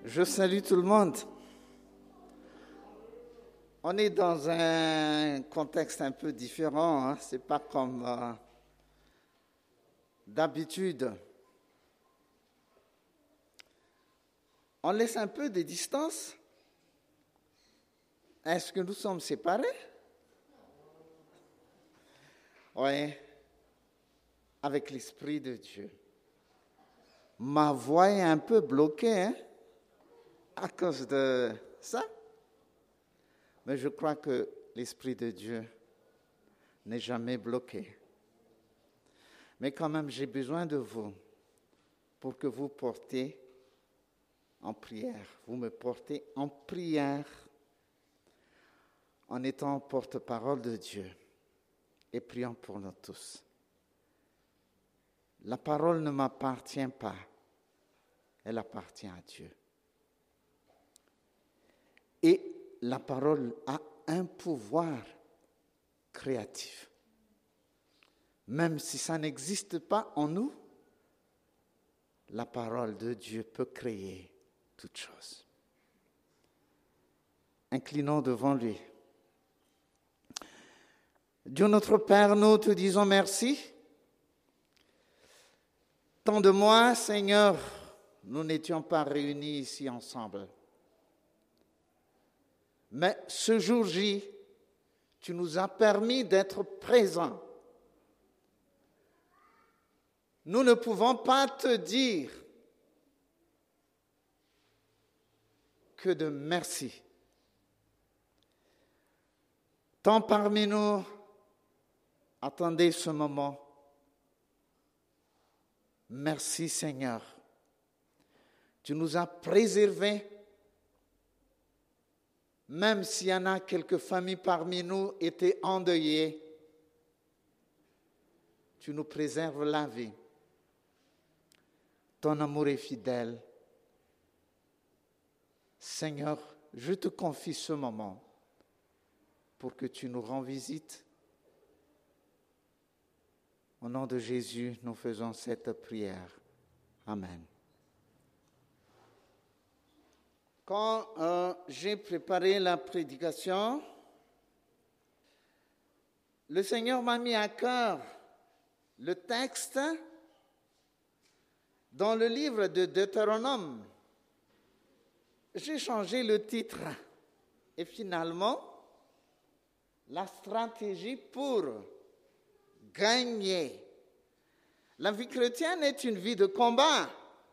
Je salue tout le monde. On est dans un contexte un peu différent, hein? C'est pas comme d'habitude. On laisse un peu de distance. Est-ce que nous sommes séparés? Oui, avec l'Esprit de Dieu. Ma voix est un peu bloquée, hein, à cause de ça. Mais je crois que l'Esprit de Dieu n'est jamais bloqué. Mais quand même, j'ai besoin de vous pour que vous portez en prière. Vous me portez en prière en étant porte-parole de Dieu et priant pour nous tous. La parole ne m'appartient pas, elle appartient à Dieu. Et la parole a un pouvoir créatif. Même si ça n'existe pas en nous, la parole de Dieu peut créer toutes choses. Inclinons devant lui. Dieu notre Père, nous te disons merci. Tant de mois, Seigneur, nous n'étions pas réunis ici ensemble. Mais ce jour J, tu nous as permis d'être présents. Nous ne pouvons pas te dire que de merci. Tant parmi nous attendaient ce moment. Merci Seigneur. Tu nous as préservés. Même s'il y en a quelques familles parmi nous étaient endeuillées, tu nous préserves la vie. Ton amour est fidèle. Seigneur, je te confie ce moment pour que tu nous rends visite. Au nom de Jésus, nous faisons cette prière. Amen. Quand j'ai préparé la prédication, le Seigneur m'a mis à cœur le texte dans le livre de Deutéronome. J'ai changé le titre et finalement, la stratégie pour gagner. La vie chrétienne est une vie de combat.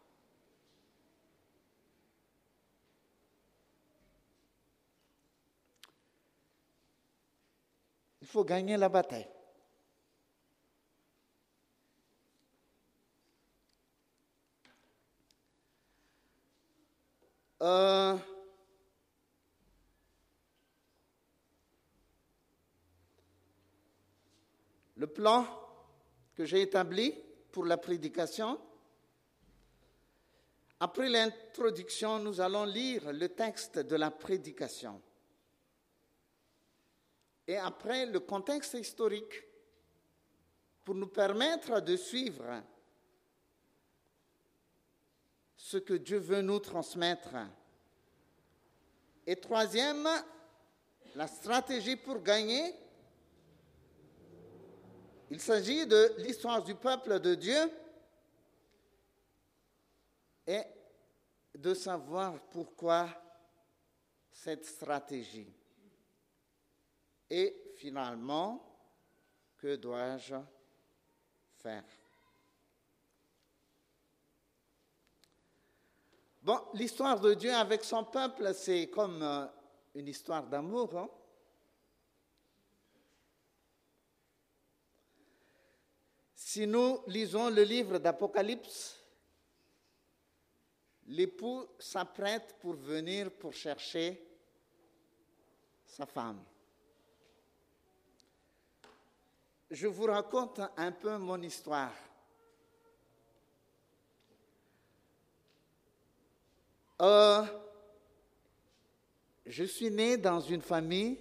Il faut gagner la bataille. Le plan que j'ai établi pour la prédication, après l'introduction, nous allons lire le texte de la prédication. Et après, le contexte historique pour nous permettre de suivre ce que Dieu veut nous transmettre. Et troisième, la stratégie pour gagner. Il s'agit de l'histoire du peuple de Dieu et de savoir pourquoi cette stratégie. Et finalement, que dois-je faire? Bon, l'histoire de Dieu avec son peuple, c'est comme une histoire d'amour, hein? Si nous lisons le livre d'Apocalypse, l'époux s'apprête pour venir pour chercher sa femme. Je vous raconte un peu mon histoire. Je suis né dans une famille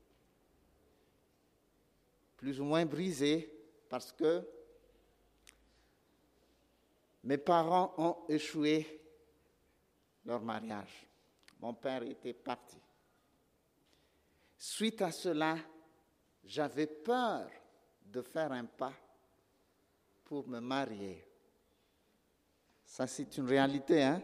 plus ou moins brisée parce que mes parents ont échoué leur mariage. Mon père était parti. Suite à cela, j'avais peur de faire un pas pour me marier. Ça, c'est une réalité, hein?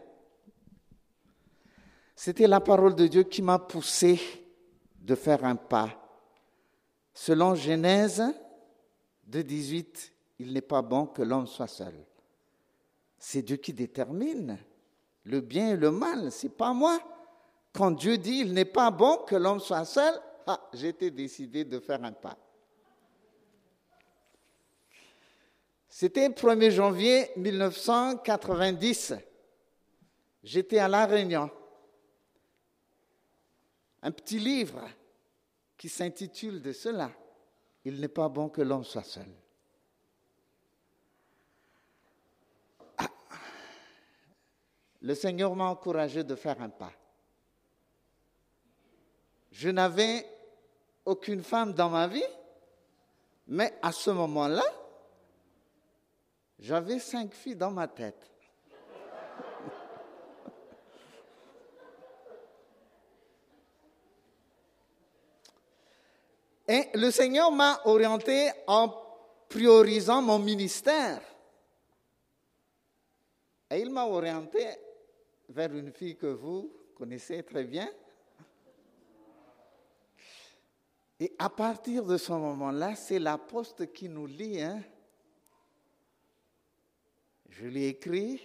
C'était la parole de Dieu qui m'a poussé de faire un pas. Selon Genèse 2:18, il n'est pas bon que l'homme soit seul. C'est Dieu qui détermine le bien et le mal, c'est pas moi. Quand Dieu dit il n'est pas bon que l'homme soit seul, j'étais décidé de faire un pas. C'était le 1er janvier 1990. J'étais à La Réunion. Un petit livre qui s'intitule de cela. Il n'est pas bon que l'homme soit seul. Le Seigneur m'a encouragé de faire un pas. Je n'avais aucune femme dans ma vie, mais à ce moment-là, j'avais 5 filles dans ma tête. Et le Seigneur m'a orienté en priorisant mon ministère. Et il m'a orienté vers une fille que vous connaissez très bien. Et à partir de ce moment-là, c'est l'apôtre qui nous lie. Je lui ai écrit,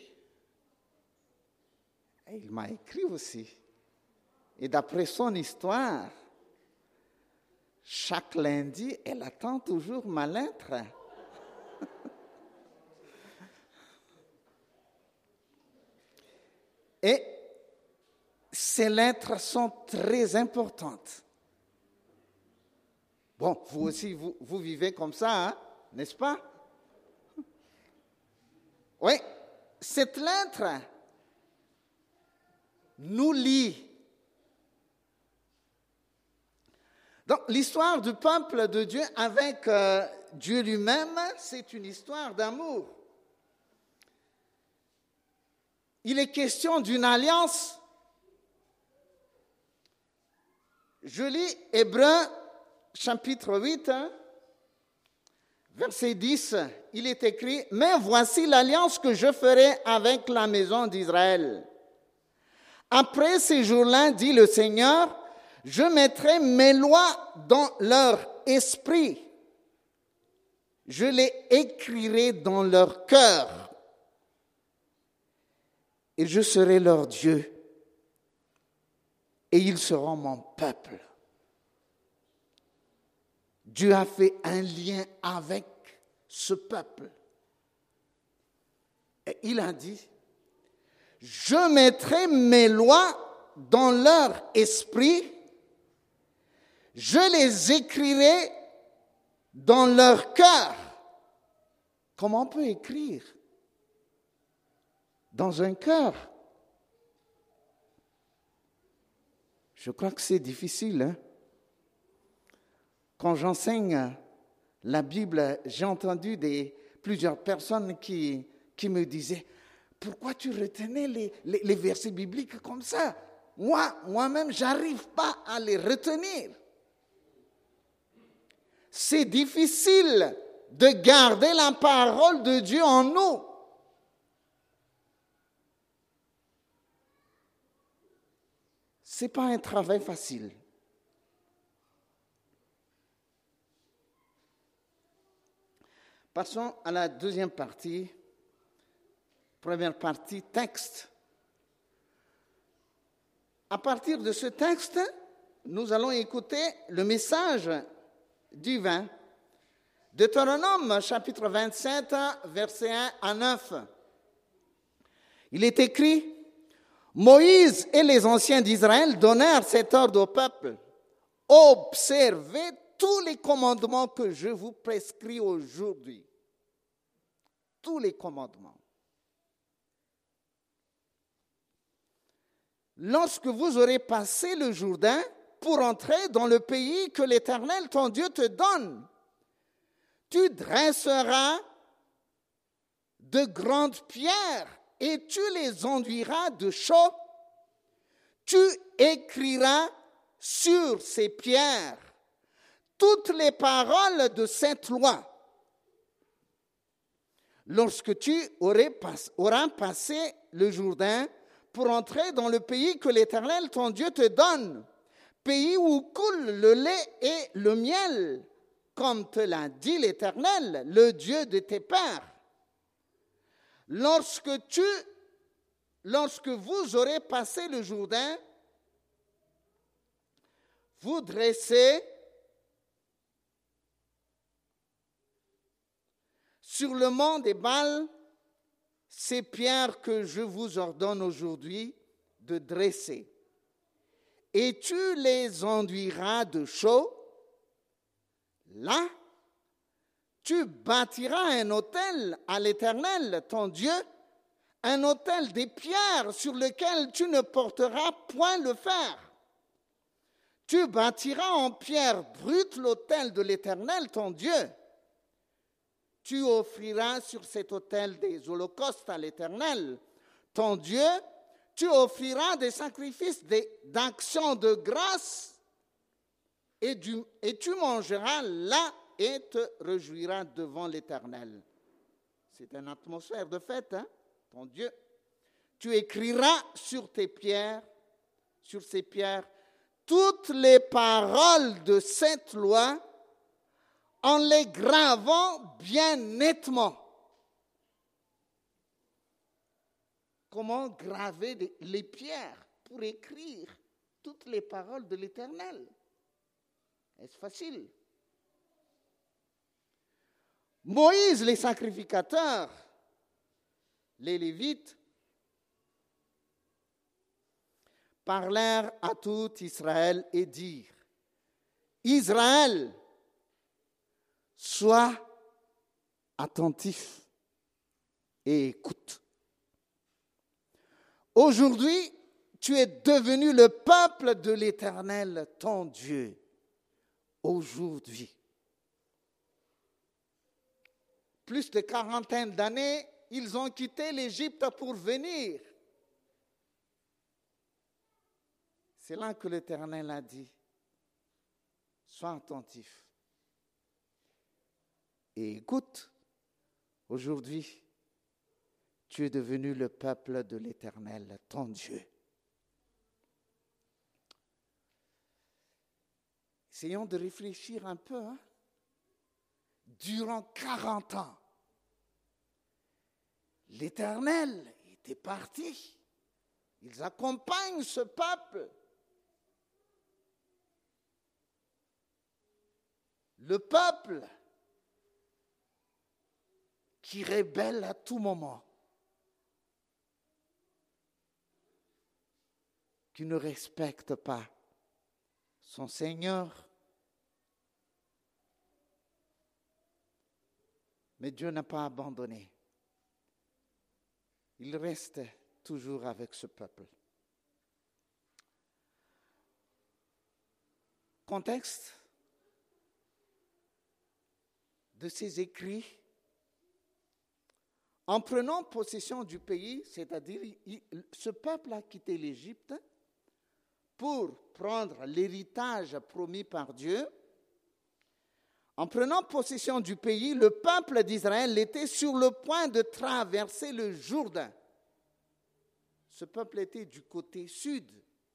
et il m'a écrit aussi. Et d'après son histoire, chaque lundi, elle attend toujours ma lettre. Et ces lettres sont très importantes. Bon, vous aussi, vous vivez comme ça, hein, n'est-ce pas? Oui, cette lettre nous lie. Donc, l'histoire du peuple de Dieu avec Dieu lui-même, c'est une histoire d'amour. Il est question d'une alliance. Je lis Hébreux chapitre 8, verset 10. Il est écrit « Mais voici l'alliance que je ferai avec la maison d'Israël. Après ces jours-là, dit le Seigneur, je mettrai mes lois dans leur esprit. Je les écrirai dans leur cœur. Et je serai leur Dieu. Et ils seront mon peuple. » Dieu a fait un lien avec ce peuple. Et il a dit, je mettrai mes lois dans leur esprit, je les écrirai dans leur cœur. Comment on peut écrire dans un cœur? Je crois que c'est difficile, hein? Quand j'enseigne la Bible, j'ai entendu plusieurs personnes qui me disaient « Pourquoi tu retenais les versets bibliques comme ça? Moi-même, je n'arrive pas à les retenir. » C'est difficile de garder la parole de Dieu en nous. Ce n'est pas un travail facile. Passons à la deuxième partie. Première partie, texte. À partir de ce texte, nous allons écouter le message divin. Deutéronome, chapitre 27, versets 1 à 9. Il est écrit, « Moïse et les anciens d'Israël donnèrent cet ordre au peuple. Observez tous les commandements que je vous prescris aujourd'hui. » Tous les commandements. Lorsque vous aurez passé le Jourdain pour entrer dans le pays que l'Éternel, ton Dieu, te donne, tu dresseras de grandes pierres et tu les enduiras de chaux tu écriras sur ces pierres toutes les paroles de cette loi. Lorsque tu auras passé le Jourdain pour entrer dans le pays que l'Éternel, ton Dieu, te donne, pays où coule le lait et le miel, comme te l'a dit l'Éternel, le Dieu de tes pères. Lorsque vous aurez passé le Jourdain, vous dressez sur le mont des Bals ces pierres que je vous ordonne aujourd'hui de dresser. Et tu les enduiras de chaux. Là, tu bâtiras un autel à l'Éternel, ton Dieu, un autel des pierres sur lequel tu ne porteras point le fer. Tu bâtiras en pierre brute l'autel de l'Éternel, ton Dieu. Tu offriras sur cet autel des holocaustes à l'Éternel, ton Dieu. Tu offriras des sacrifices d'action de grâce et tu mangeras là et te réjouiras devant l'Éternel. C'est une atmosphère de fête, hein, ton Dieu. Tu écriras sur ces pierres, toutes les paroles de cette loi en les gravant bien nettement. Comment graver les pierres pour écrire toutes les paroles de l'Éternel? Est-ce facile? Moïse, les sacrificateurs, les Lévites, parlèrent à tout Israël et dirent: Israël, sois attentif et écoute. Aujourd'hui, tu es devenu le peuple de l'Éternel, ton Dieu. Aujourd'hui. Plus de quarantaine d'années, ils ont quitté l'Égypte pour venir. C'est là que l'Éternel a dit: sois attentif et écoute. Aujourd'hui, tu es devenu le peuple de l'Éternel, ton Dieu. Essayons de réfléchir un peu. Durant 40 ans, l'Éternel était parti. Ils accompagnent ce peuple. Le peuple qui rébelle à tout moment, qui ne respecte pas son Seigneur. Mais Dieu n'a pas abandonné. Il reste toujours avec ce peuple. Contexte de ces écrits: en prenant possession du pays, c'est-à-dire ce peuple a quitté l'Égypte pour prendre l'héritage promis par Dieu. En prenant possession du pays, le peuple d'Israël était sur le point de traverser le Jourdain. Ce peuple était du côté sud,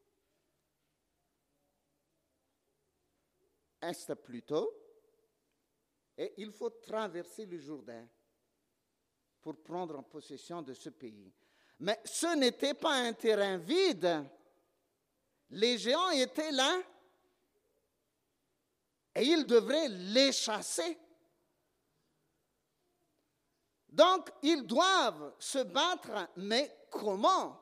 est plutôt, et il faut traverser le Jourdain pour prendre possession de ce pays. Mais ce n'était pas un terrain vide. Les géants étaient là et ils devraient les chasser. Donc, ils doivent se battre, mais comment?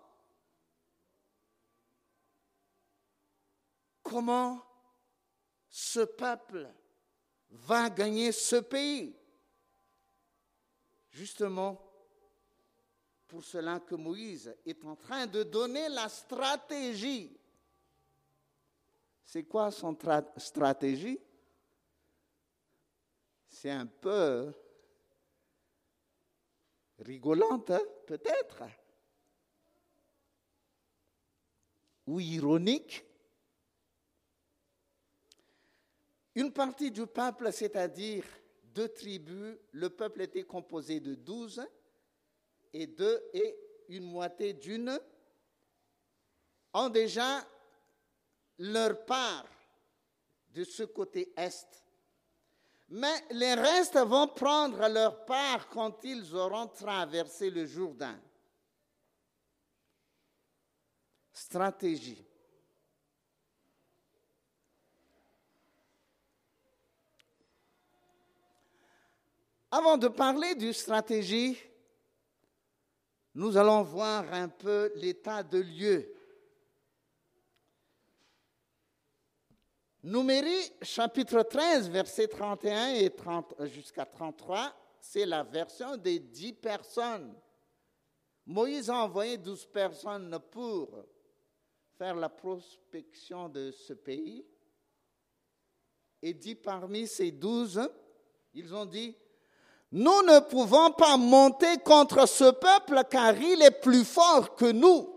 Comment ce peuple va gagner ce pays? Justement, pour cela que Moïse est en train de donner la stratégie. C'est quoi son stratégie? C'est un peu rigolante, hein, peut-être. ou ironique. Une partie du peuple, c'est-à-dire 2 tribus, le peuple était composé de 12 et une moitié d'une, ont déjà leur part de ce côté est. Mais les restes vont prendre leur part quand ils auront traversé le Jourdain. Stratégie. Avant de parler de stratégie, nous allons voir un peu l'état de lieu. Numérie, chapitre 13, versets 31 et 30, jusqu'à 33, c'est la version des 10 personnes. Moïse a envoyé 12 personnes pour faire la prospection de ce pays. Et 10 parmi ces 12, ils ont dit, nous ne pouvons pas monter contre ce peuple car il est plus fort que nous.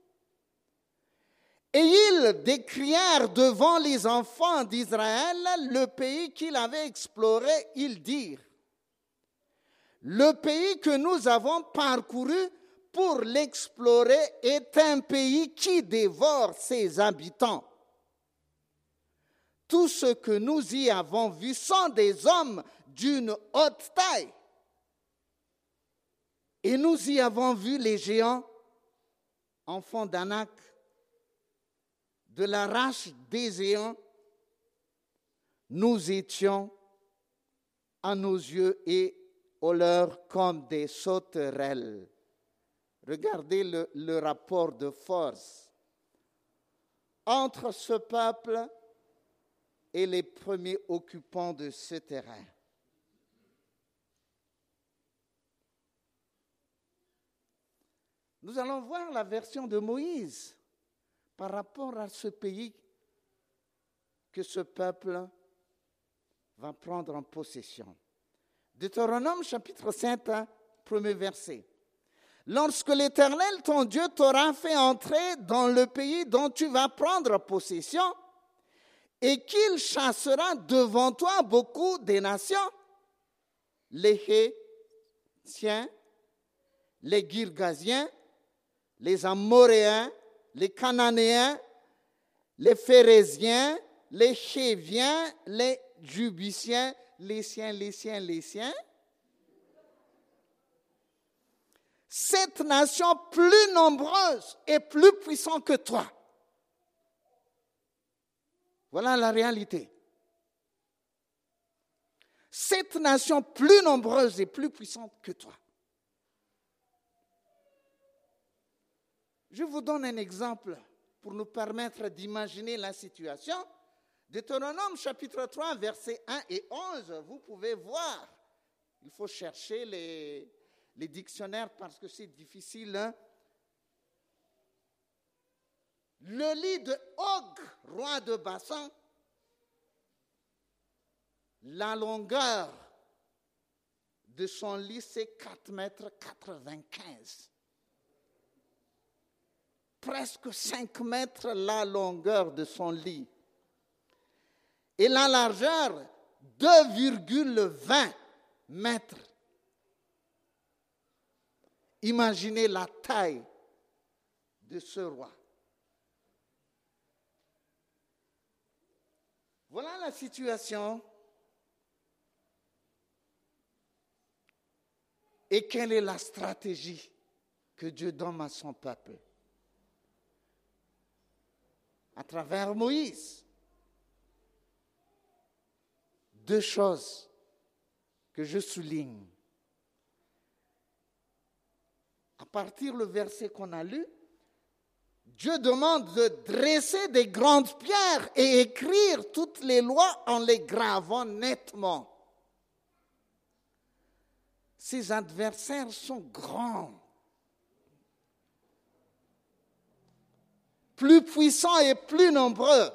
Et ils décrièrent devant les enfants d'Israël le pays qu'ils avaient exploré. Ils dirent, le pays que nous avons parcouru pour l'explorer est un pays qui dévore ses habitants. Tout ce que nous y avons vu sont des hommes d'une haute taille. Et nous y avons vu les géants, enfants d'Anak, de la race des géants. Nous étions à nos yeux et aux leurs comme des sauterelles. Regardez le rapport de force entre ce peuple et les premiers occupants de ce terrain. Nous allons voir la version de Moïse par rapport à ce pays que ce peuple va prendre en possession. Deutéronome chapitre 7, premier verset. Lorsque l'Éternel, ton Dieu, t'aura fait entrer dans le pays dont tu vas prendre possession, et qu'il chassera devant toi beaucoup des nations, les Hétiens, les Girgasiens, les Amoréens, les Cananéens, les Phérésiens, les Chéviens, les Jubusiens, les Siens. Cette nation plus nombreuse et plus puissante que toi. Voilà la réalité. Cette nation plus nombreuse et plus puissante que toi. Je vous donne un exemple pour nous permettre d'imaginer la situation. Deutéronome chapitre 3, versets 1 et 11, vous pouvez voir. Il faut chercher les dictionnaires parce que c'est difficile. Hein? Le lit de Og, roi de Bassan, la longueur de son lit, c'est 4,95 mètres. Presque 5 mètres la longueur de son lit. Et la largeur, 2,20 mètres. Imaginez la taille de ce roi. Voilà la situation. Et quelle est la stratégie que Dieu donne à son peuple? À travers Moïse. 2 choses que je souligne. À partir du verset qu'on a lu, Dieu demande de dresser des grandes pierres et écrire toutes les lois en les gravant nettement. Ses adversaires sont grands, plus puissants et plus nombreux.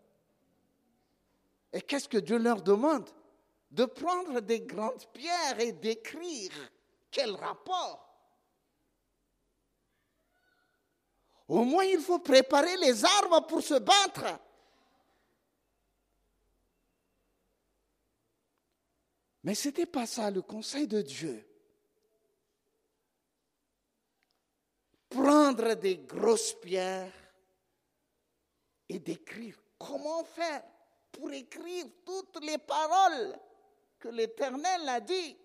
Et qu'est-ce que Dieu leur demande? De prendre des grandes pierres et d'écrire. Quel rapport? Au moins, il faut préparer les armes pour se battre. Mais ce n'était pas ça le conseil de Dieu. Prendre des grosses pierres et d'écrire. Comment faire pour écrire toutes les paroles que l'Éternel a dit?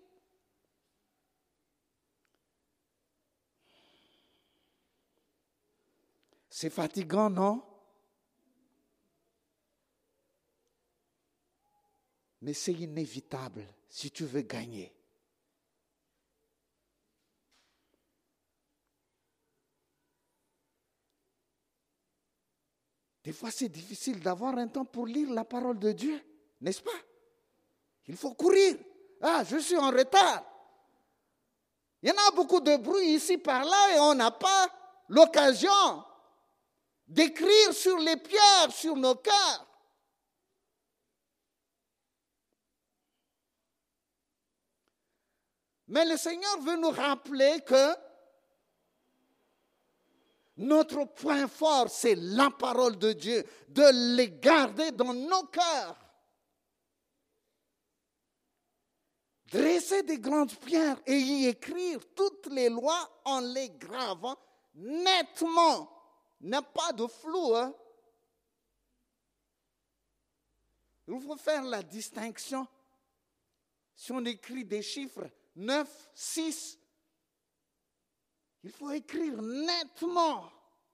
C'est fatigant, non? Mais c'est inévitable si tu veux gagner. Des fois, c'est difficile d'avoir un temps pour lire la parole de Dieu, n'est-ce pas? Il faut courir. Ah, je suis en retard. Il y en a beaucoup de bruit ici par là et on n'a pas l'occasion d'écrire sur les pierres, sur nos cœurs. Mais le Seigneur veut nous rappeler que notre point fort, c'est la parole de Dieu, de les garder dans nos cœurs. Dresser des grandes pierres et y écrire toutes les lois en les gravant nettement. Il n'y a pas de flou. Hein? Il faut faire la distinction. Si on écrit des chiffres 9, 6, il faut écrire nettement.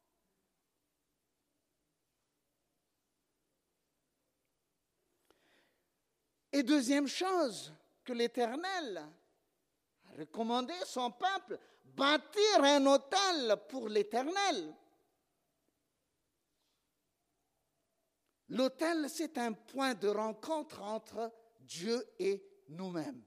Et deuxième chose que l'Éternel a recommandé à son peuple, bâtir un autel pour l'Éternel. L'autel, c'est un point de rencontre entre Dieu et nous-mêmes.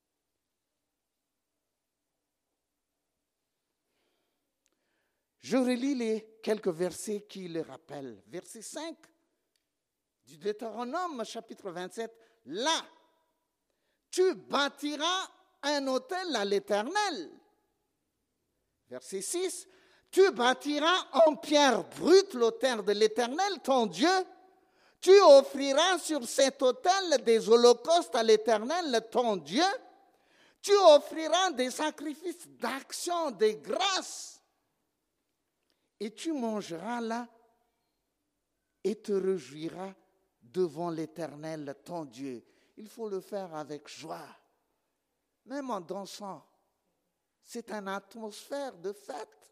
Je relis les quelques versets qui le rappellent. Verset 5 du Deutéronome, chapitre 27. Là, tu bâtiras un autel à l'Éternel. Verset 6. Tu bâtiras en pierre brute l'autel de l'Éternel, ton Dieu. Tu offriras sur cet autel des holocaustes à l'Éternel, ton Dieu. Tu offriras des sacrifices d'action, des grâces. Et tu mangeras là et te réjouiras devant l'Éternel, ton Dieu. Il faut le faire avec joie, même en dansant. C'est une atmosphère de fête.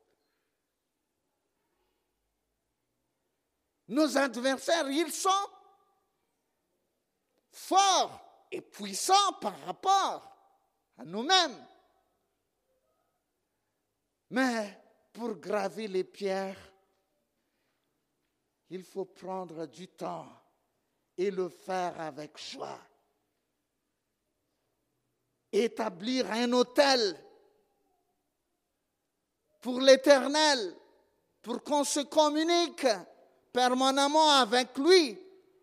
Nos adversaires, ils sont forts et puissants par rapport à nous-mêmes. Mais pour graver les pierres, il faut prendre du temps et le faire avec joie. Établir un autel pour l'Éternel, pour qu'on se communique permanemment avec lui.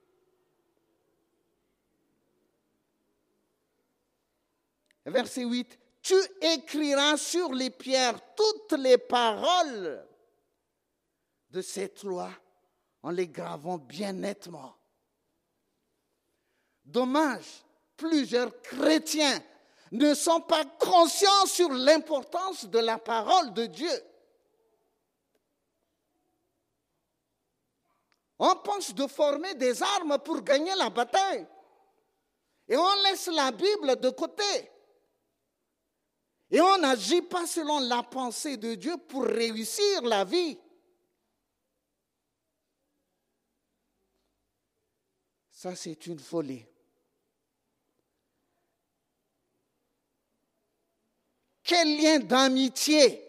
Verset 8. Tu écriras sur les pierres toutes les paroles de cette loi en les gravant bien nettement. Dommage, plusieurs chrétiens ne sont pas conscients sur l'importance de la parole de Dieu. On pense de former des armes pour gagner la bataille. Et on laisse la Bible de côté. Et on n'agit pas selon la pensée de Dieu pour réussir la vie. Ça, c'est une folie. Quel lien d'amitié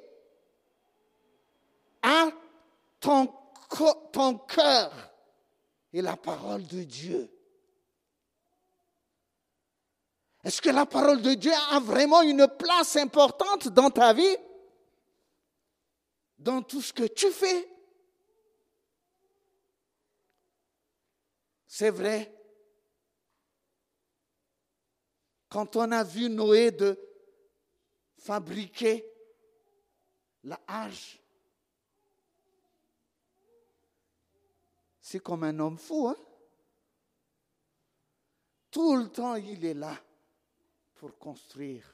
a ton cœur et la parole de Dieu? Est-ce que la parole de Dieu a vraiment une place importante dans ta vie? Dans tout ce que tu fais? C'est vrai. Quand on a vu Noé de fabriquer la hache, C'est comme un homme fou, hein? Tout le temps, il est là pour construire.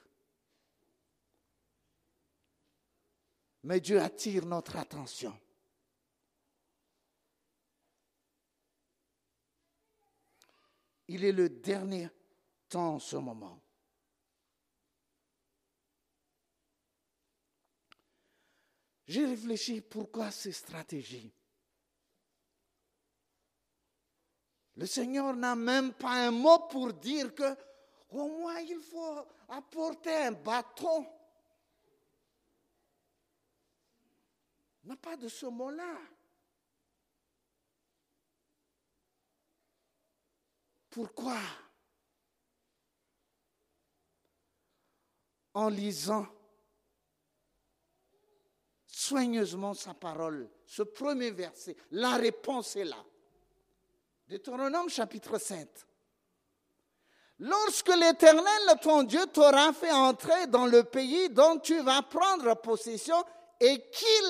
Mais Dieu attire notre attention. Il est le dernier temps en ce moment. J'ai réfléchi pourquoi ces stratégies. Le Seigneur n'a même pas un mot pour dire que au moins il faut apporter un bâton. Il n'a pas de ce mot-là. Pourquoi? En lisant soigneusement sa parole, ce premier verset, la réponse est là. Deutéronome chapitre 7. Lorsque l'Éternel, ton Dieu, t'aura fait entrer dans le pays dont tu vas prendre possession et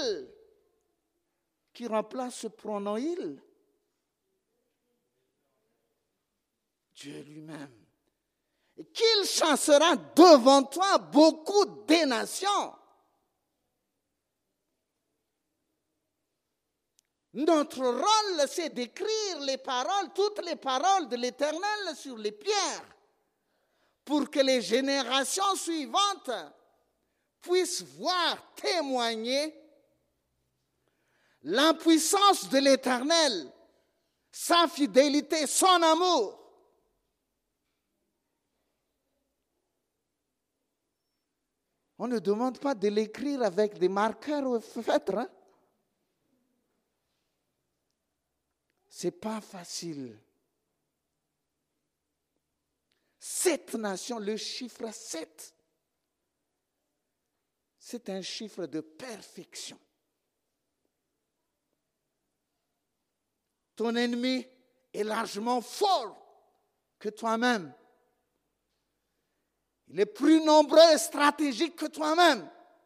qui remplace ce pronom il, Dieu lui-même, et qu'il chassera devant toi beaucoup des nations. Notre rôle, c'est d'écrire les paroles, toutes les paroles de l'Éternel sur les pierres, pour que les générations suivantes puissent voir, témoigner la puissance de l'Éternel, sa fidélité, son amour. On ne demande pas de l'écrire avec des marqueurs ou feutres, hein? Ce n'est pas facile. 7 nations, le chiffre 7, c'est un chiffre de perfection. Ton ennemi est largement fort que toi-même. Il est plus nombreux et stratégique que toi-même.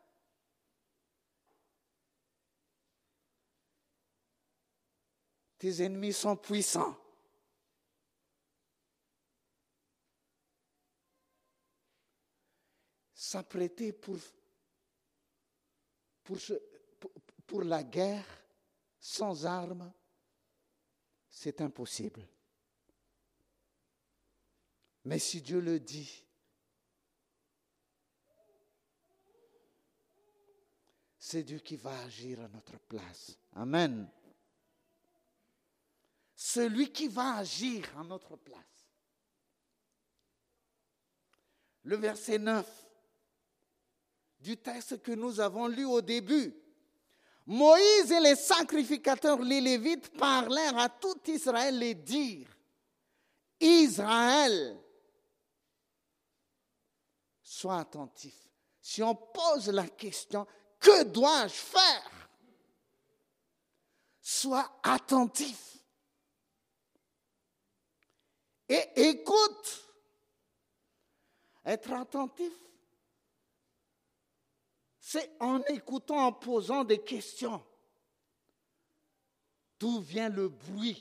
Tes ennemis sont puissants. S'apprêter pour la guerre sans armes, c'est impossible. Mais si Dieu le dit, c'est Dieu qui va agir à notre place. Amen. Celui qui va agir à notre place. Le verset 9 du texte que nous avons lu au début. Moïse et les sacrificateurs, les Lévites, parlèrent à tout Israël et dirent, Israël, sois attentif. Si on pose la question, que dois-je faire? Sois attentif. Et écoute. Être attentif, c'est en écoutant, en posant des questions. D'où vient le bruit?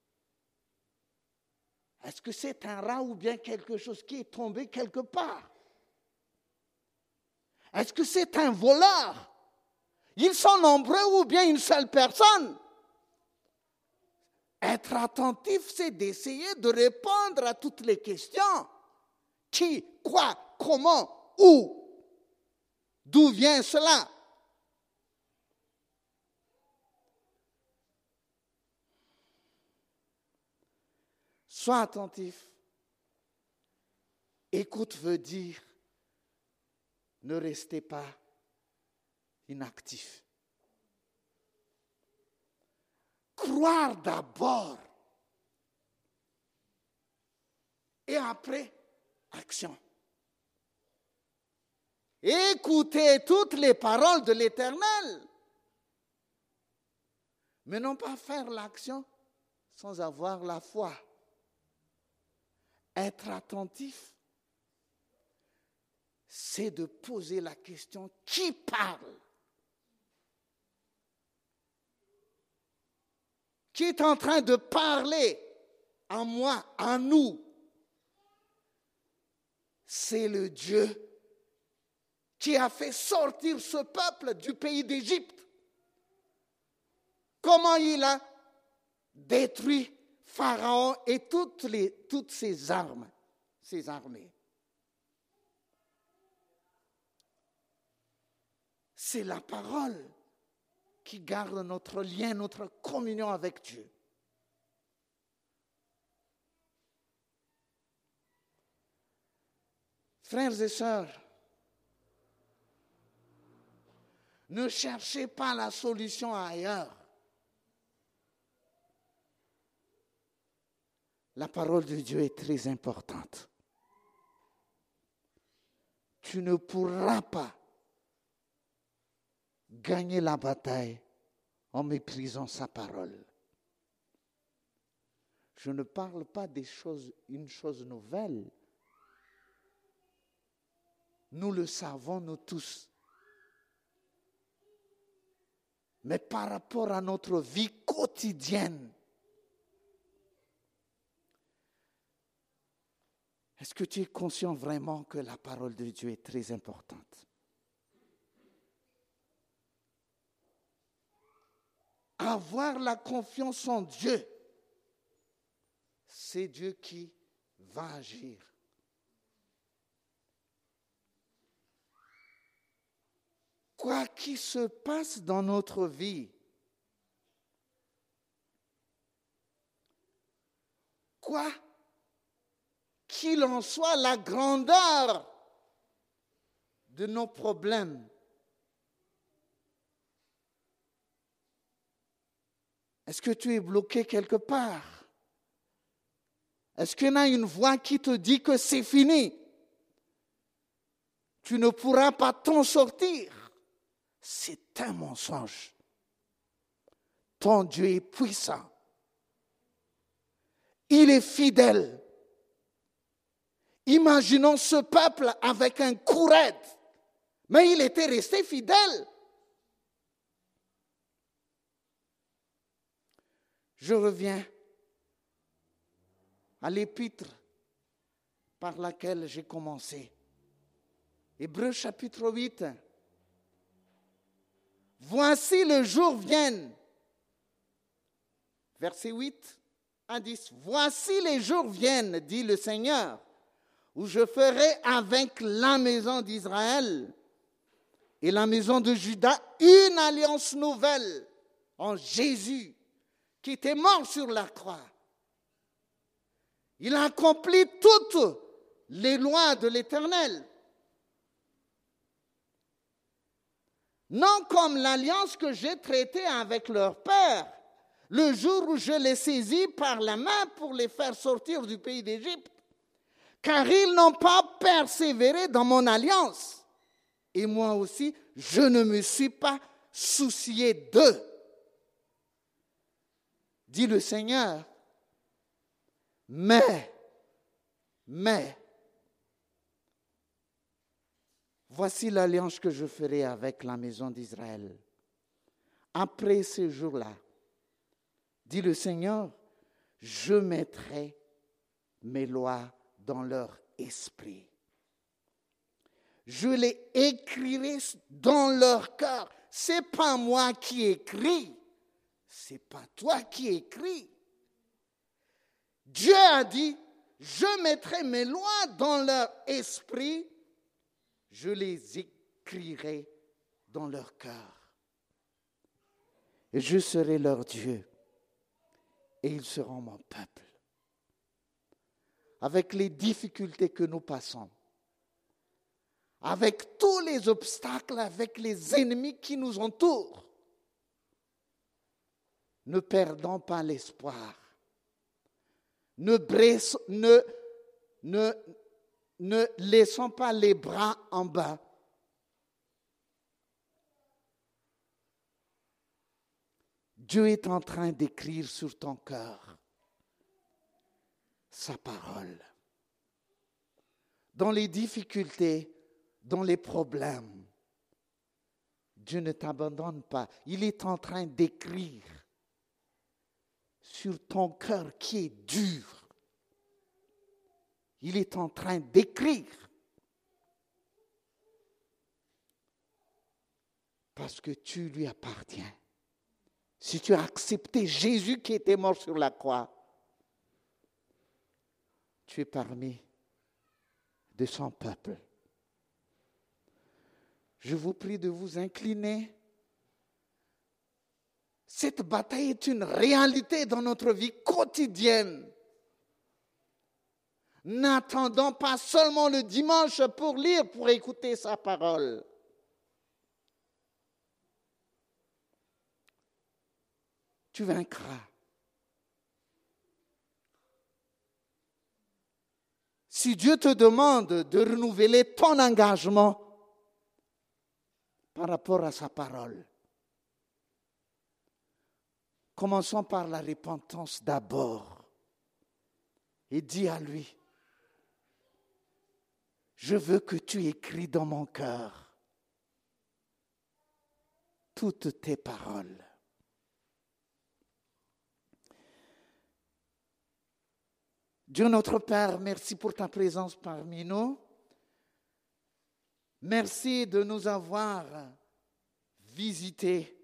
Est-ce que c'est un rat ou bien quelque chose qui est tombé quelque part? Est-ce que c'est un voleur? Ils sont nombreux ou bien une seule personne? Être attentif, c'est d'essayer de répondre à toutes les questions. Qui, quoi, comment, où? D'où vient cela? Sois attentif. Écoute veut dire ne restez pas inactif. Croire d'abord et après, action. Écoutez toutes les paroles de l'Éternel, mais non pas faire l'action sans avoir la foi. Être attentif, c'est de poser la question, qui parle? qui est en train de parler à moi, à nous, c'est le Dieu qui a fait sortir ce peuple du pays d'Égypte. Comment il a détruit Pharaon et toutes ses armes, ses armées. C'est la parole qui garde notre lien, notre communion avec Dieu. Frères et sœurs, ne cherchez pas la solution ailleurs. La parole de Dieu est très importante. Tu ne pourras pas gagner la bataille en méprisant sa parole. Je ne parle pas une chose nouvelle. Nous le savons, nous tous. Mais par rapport à notre vie quotidienne, est-ce que tu es conscient vraiment que la parole de Dieu est très importante? Avoir la confiance en Dieu, c'est Dieu qui va agir. Quoi qu'il se passe dans notre vie, quoi qu'il en soit, la grandeur de nos problèmes, est-ce que tu es bloqué quelque part? Est-ce qu'il y a une voix qui te dit que c'est fini? Tu ne pourras pas t'en sortir. C'est un mensonge. Ton Dieu est puissant. Il est fidèle. Imaginons ce peuple avec un coup raide, mais il était resté fidèle. Je reviens à l'épître par laquelle j'ai commencé. Hébreux chapitre 8. Voici le jour viennent. Verset 8 à 10. Voici les jours viennent, dit le Seigneur, où je ferai avec la maison d'Israël et la maison de Juda une alliance nouvelle en Jésus, qui était mort sur la croix. Il a accompli toutes les lois de l'Éternel. Non comme l'alliance que j'ai traitée avec leur père, le jour où je les saisis par la main pour les faire sortir du pays d'Égypte, car ils n'ont pas persévéré dans mon alliance. Et moi aussi, je ne me suis pas soucié d'eux, dit le Seigneur. Mais, voici l'alliance que je ferai avec la maison d'Israël. Après ce jour-là, dit le Seigneur, je mettrai mes lois dans leur esprit. Je les écrirai dans leur cœur. C'est pas moi qui écris, c'est pas toi qui écris. Dieu a dit, je mettrai mes lois dans leur esprit, je les écrirai dans leur cœur. Et je serai leur Dieu, et ils seront mon peuple. Avec les difficultés que nous passons, avec tous les obstacles, avec les ennemis qui nous entourent, ne perdons pas l'espoir. Ne laissons pas les bras en bas. Dieu est en train d'écrire sur ton cœur sa parole. Dans les difficultés, dans les problèmes, Dieu ne t'abandonne pas. Il est en train d'écrire sur ton cœur qui est dur. Il est en train d'écrire. Parce que tu lui appartiens. Si tu as accepté Jésus qui était mort sur la croix, tu es parmi de son peuple. Je vous prie de vous incliner. Cette bataille est une réalité dans notre vie quotidienne. N'attendons pas seulement le dimanche pour lire, pour écouter sa parole. Tu vaincras. Si Dieu te demande de renouveler ton engagement par rapport à sa parole, commençons par la repentance d'abord et dis à lui, je veux que tu écris dans mon cœur toutes tes paroles. Dieu notre Père, merci pour ta présence parmi nous. Merci de nous avoir visités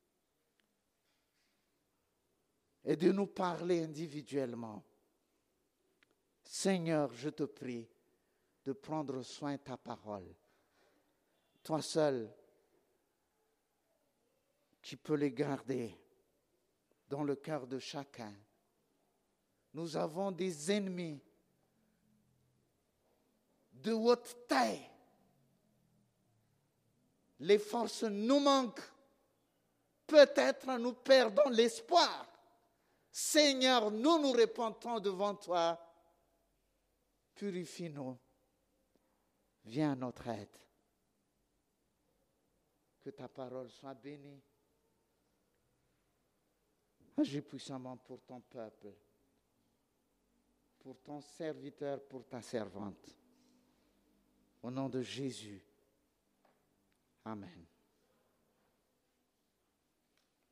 et de nous parler individuellement. Seigneur, je te prie de prendre soin de ta parole. Toi seul qui peux les garder dans le cœur de chacun. Nous avons des ennemis de haute taille. Les forces nous manquent. Peut-être nous perdons l'espoir. Seigneur, nous nous repentons devant toi. Purifie-nous. Viens à notre aide. Que ta parole soit bénie. Agis puissamment pour ton peuple, pour ton serviteur, pour ta servante. Au nom de Jésus. Amen.